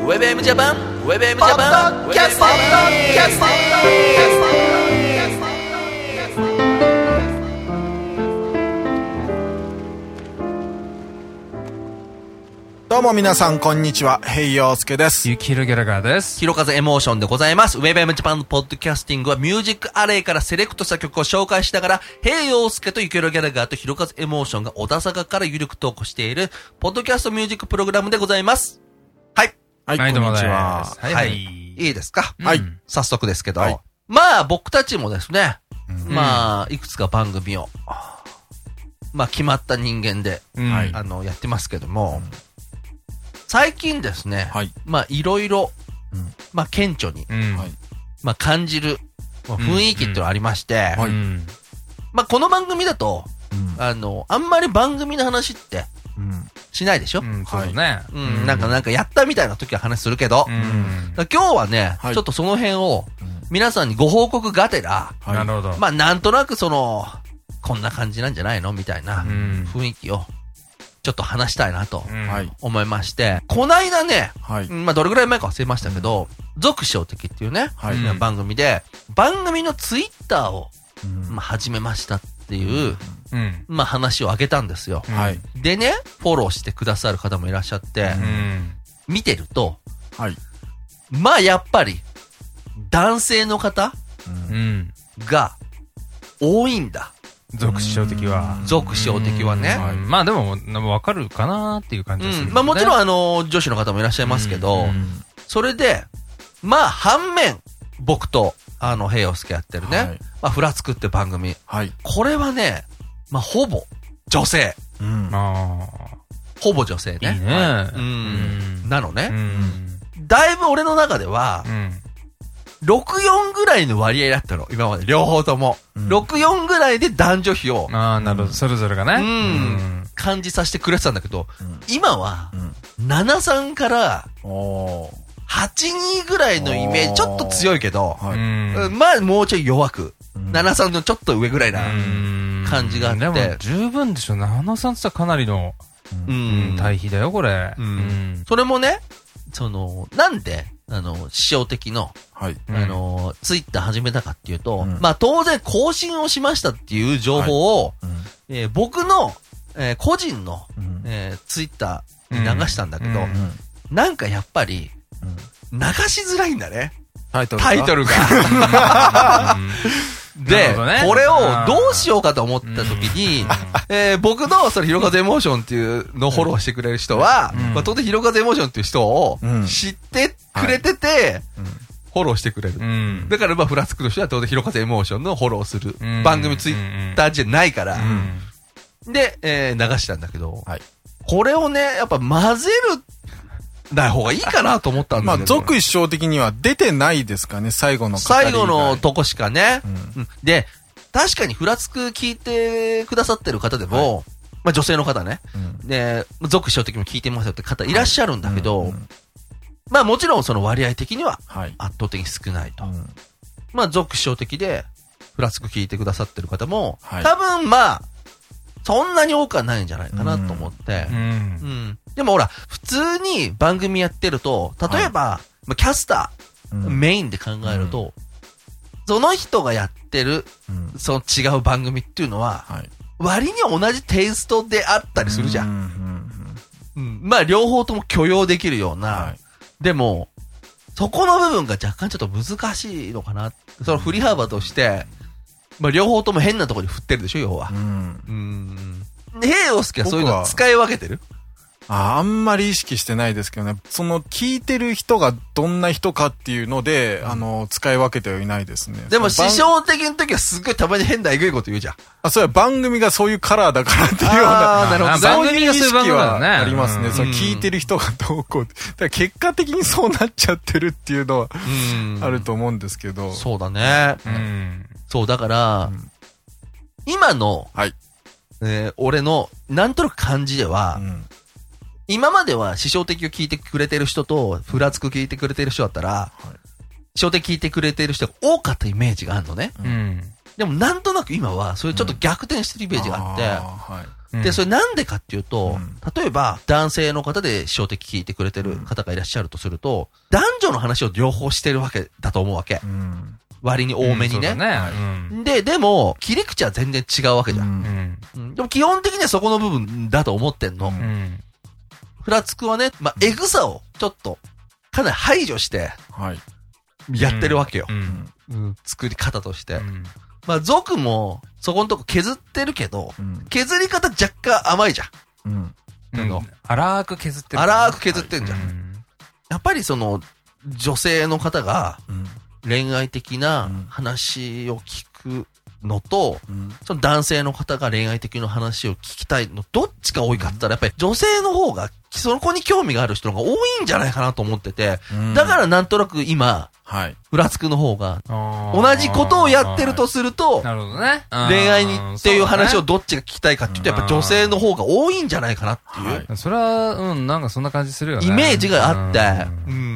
ウェブ M ジャパン、ウェブ M ジャパン、キャストどうも皆さんこんにちは、ヘイヨウスケです。 ゆきひろギャラガーです。 ひろかずエモーションでございます。ウェブ M ジャパンのポッドキャスティングはミュージックアレイからセレクトした曲を紹介しながら、ヘイヨウスケとゆきひろギャラガーとひろかずエモーションが小田坂からゆるくトークしているポッドキャストミュージックプログラムでございます。はい。 はい、こんにちは。 はい。いいですか？ はい。 早速ですけど。 はい、 まあ僕たちもですね、まあいくつか番組を、まあ決まった人間で、やってますけども、最近ですね、まあいろいろ、まあ顕著に、まあ感じる雰囲気っていうのがありまして、まあこの番組だと、あんまり番組の話って、しないでしょ？ そうね。 なんかやったみたいな時は話するけど、今日はね、ちょっとその辺を、皆さんにご報告がてら、 なるほど。 まあなんとなくこんな感じなんじゃないのみたいな雰囲気を、ちょっと話したいなと思いまして、こないだね、まあどれぐらい前か忘れましたけど、続賞的っていうね、番組で、番組のツイッターを、まあ始めましたっていう、まあ話をあげたんですよ。でね、フォローしてくださる方もいらっしゃって、見てると、まあやっぱり、男性の方が多いんだ。 続賞的は。 続賞的はね。 まあでも、わかるかなっていう感じでする。 まあもちろん女子の方もいらっしゃいますけど、それで、まあ反面、僕と、ヘイヨウスケやってるね、まあフラつくって番組。これはね、まあほぼ女性。ほぼ女性ね。 いいね。 なのね。だいぶ俺の中では、64ぐらいの割合だったの。今まで両方とも。64ぐらいで男女比を。 なるほど。それぞれがね。 感じさせてくれてたんだけど、今は、73から、82ぐらいのイメージ、ちょっと強いけど、まあもうちょい弱く、73のちょっと上ぐらいな感じがあって。 でも十分でしょ。73ってかなりの対比だよ、これ。 それもね、なんで、師匠的の、ツイッター始めたかっていうと、まあ当然更新をしましたっていう情報を、僕の、個人の、ツイッターに流したんだけど、なんかやっぱり、流しづらいんだね。タイトルが。で、これをどうしようかと思った時に、僕のひろかずエモーションっていうのをフォローしてくれる人は、当然ひろかずエモーションっていう人を知ってくれてて、フォローしてくれる。だからまあフラスクの人は当然ひろかずエモーションのフォローする番組ツイッターじゃないから、で、流したんだけど、これをね、やっぱ混ぜるない方がいいかなと思ったんだけど。 まあ、続師匠的には出てないですかね、最後の語り最後のとこしかね。で、確かにフラつく聞いてくださってる方でも、まあ女性の方ね。で、続師匠的にも聞いてますよって方いらっしゃるんだけど、まあもちろんその割合的には圧倒的に少ないと。まあ続師匠的で、フラつく聞いてくださってる方も、多分まあ、そんなに多くはないんじゃないかなと思って。でもほら、普通に番組やってると、例えば、キャスター、メインで考えると、その人がやってる、その違う番組っていうのは、割に同じテイストであったりするじゃん。まあ両方とも許容できるような、でも、そこの部分が若干ちょっと難しいのかな。その振り幅として、まあ両方とも変なところに振ってるでしょ、要は。で、ヘイヨウスケはそういうの使い分けてる？ あんまり意識してないですけどね。聞いてる人がどんな人かっていうので、使い分けてはいないですね。 でも、師匠的な時はすっごいたまに変なエグいこと言うじゃん。 それは番組がそういうカラーだからっていうような。 なるほど。 そういう意識はありますね。聞いてる人がどうこう。だから結果的にそうなっちゃってるっていうのは、あると思うんですけど。 そうだね。そう、だから、今の、俺の、なんとなく感じでは、今までは師匠的を聞いてくれてる人と、フラつく聞いてくれてる人だったら、師匠的聞いてくれてる人が多かったイメージがあるのね。でもなんとなく今は、それちょっと逆転してるイメージがあって、 で、それなんでかっていうと、例えば男性の方で小的聞いてくれてる方がいらっしゃるとすると、男女の話を両方してるわけだと思うわけ。割に多めにね。でも、切り口は全然違うわけじゃん。でも基本的にはそこの部分だと思ってんの。ふらつくはね、エグさをちょっと、かなり排除して、やってるわけよ。作り方として。族も、そこのとこ削ってるけど、削り方若干甘いじゃん。 荒く削ってる。 荒く削ってんじゃん。やっぱりその、女性の方が、恋愛的な話を聞くのと、その男性の方が恋愛的な話を聞きたいの、どっちが多いかって言ったら、やっぱり女性の方が、そこに興味がある人の方が多いんじゃないかなと思ってて、だからなんとなく今、ふらつくの方が、同じことをやってるとすると、 なるほどね。 恋愛にっていう話をどっちが聞きたいかって言うと、やっぱ女性の方が多いんじゃないかなっていう。 それは、なんかそんな感じするよね。 イメージがあって、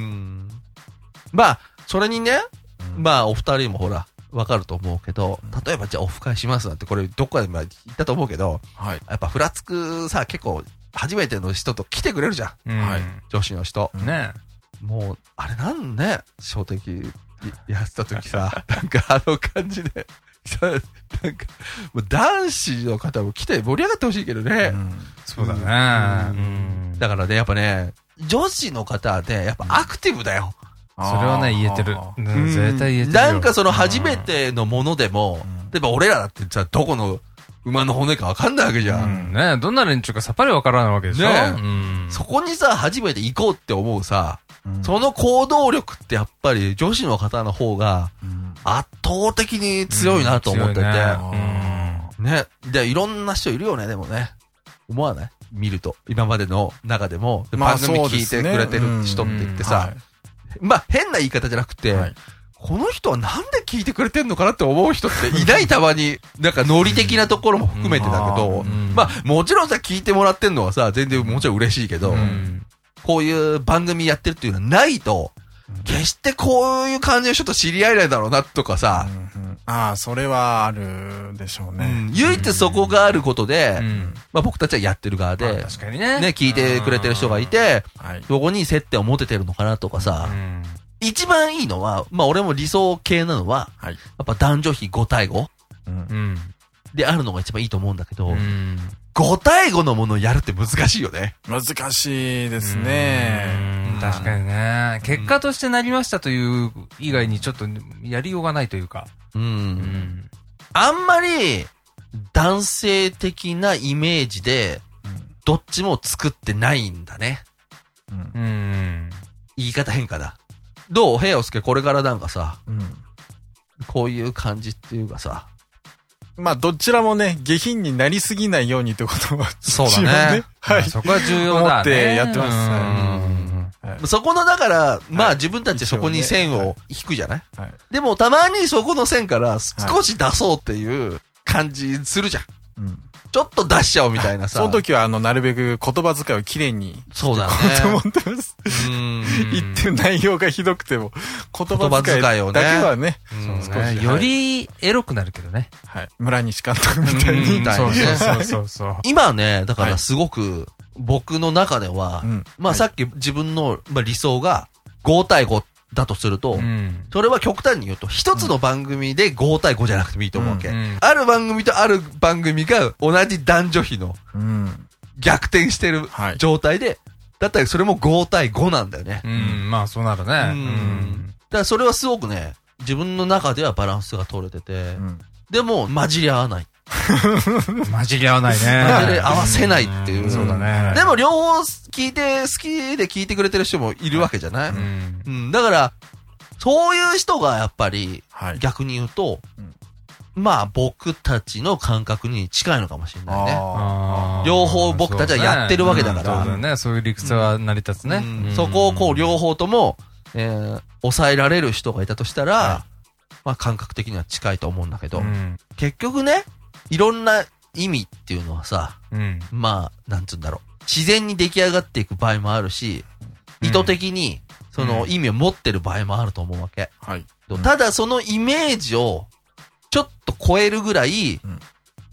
それにね、お二人もほら、わかると思うけど、例えばじゃあオフ会しますなんて、これどっかで言ったと思うけど、やっぱふらつくさ、結構、初めての人と来てくれるじゃん。女子の人。 ね。 もう、あれなんね、小的やってた時さ、なんかあの感じで、なんか、もう男子の方も来て盛り上がってほしいけどね。 そうだね。 だからね、やっぱね、女子の方で、やっぱアクティブだよ。 それはね、言えてる。絶対言えてる。 なんかその初めてのものでも、例えば俺らだってさ、どこの馬の骨かわかんないわけじゃん。 ね、どんな連中かさっぱりわからないわけでしょ。 そこにさ、初めて行こうって思うさ、その行動力ってやっぱり女子の方の方が圧倒的に強いなと思ってて。ね。で、いろんな人いるよね、でもね。思わない見ると。今までの中でも、番組聞いてくれてる人って言ってさ、変な言い方じゃなくて、この人はなんで聞いてくれてんのかなって思う人っていないたまに、なんかノリ的なところも含めてだけど、もちろんさ、聞いてもらってんのはさ、全然もちろん嬉しいけど、こういう番組やってるっていうのはないと、決してこういう感じの人と知り合えないだろうなとかさ、 それはあるでしょうね。 唯一そこがあることで、僕たちはやってる側で、 確かにね。 聞いてくれてる人がいて、そこに接点を持ててるのかなとかさ、一番いいのは、俺も理想系なのは、やっぱ男女比5対5であるのが一番いいと思うんだけど、5対5のものをやるって難しいよね。 難しいですね。 確かにね。結果としてなりましたという以外にちょっとやりようがないというか。 あんまり男性的なイメージで、どっちも作ってないんだね。言い方変かだ。どう平尾介これからなんかさ、こういう感じっていうかさ、 どちらもね、下品になりすぎないようにってことは、 そうだね。 はい。そこは重要だね。 思ってやってます。 そこの、だから、自分たちでそこに線を引くじゃない？でも、たまにそこの線から少し出そうっていう感じするじゃん。ちょっと出しちゃおうみたいなさ。 その時は、なるべく言葉遣いをきれいに。 そうだね。 と思ってます。言ってる内容がひどくても、言葉遣いをだけはね。 よりエロくなるけどね。 はい。村西監督みたいに。 そう。 今ね、だからすごく、僕の中では、さっき自分の理想が5対5だとすると、それは極端に言うと、一つの番組で5対5じゃなくてもいいと思うわけ。ある番組とある番組が同じ男女比の逆転してる状態で、だったらそれも5対5なんだよね。 そうなるね。 だからそれはすごくね、自分の中ではバランスが取れてて、でも混じり合わない。 混じり合わないね。 混じり合わせないっていう。 そうだね。 でも両方聞いて、好きで聞いてくれてる人もいるわけじゃない？だから、そういう人がやっぱり、逆に言うと、僕たちの感覚に近いのかもしれないね。両方僕たちはやってるわけだから。 そうだね。そういう理屈は成り立つね。 そこを両方とも、抑えられる人がいたとしたら、感覚的には近いと思うんだけど、結局ね、いろんな意味っていうのはさ、なんつうんだろう。自然に出来上がっていく場合もあるし、意図的にその意味を持ってる場合もあると思うわけ。ただそのイメージをちょっと超えるぐらい、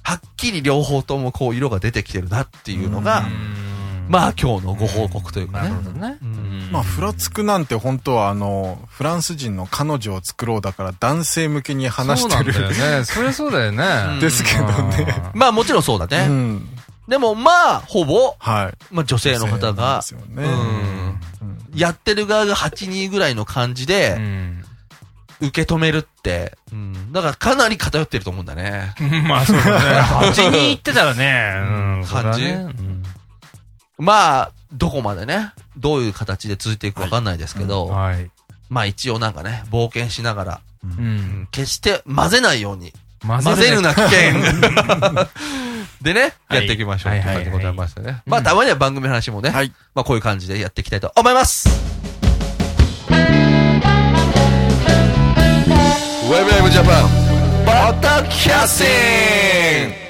はっきり両方ともこう色が出てきてるなっていうのが、まあ今日のご報告というかね。なるほどね。 まあふらつくなんて本当はフランス人の彼女を作ろうだから男性向けに話してる。 そうなんだよね。そりゃそうだよね。 ですけどね。 まあもちろんそうだね。でもまあほぼ、まあ女性の方が、やってる側が8人ぐらいの感じで、受け止めるって、だからかなり偏ってると思うんだね。 まあそうだね。8人言ってたらね、 感じ。まあ、どこまでね、どういう形で続いていくかわかんないですけど、まあ一応なんかね、冒険しながら、決して混ぜないように、混ぜるな危険でね、やっていきましょうという感じでございましたね。まあたまには番組の話もね、まあこういう感じでやっていきたいと思います。ウェブウェブジャパン、ポッドキャスティング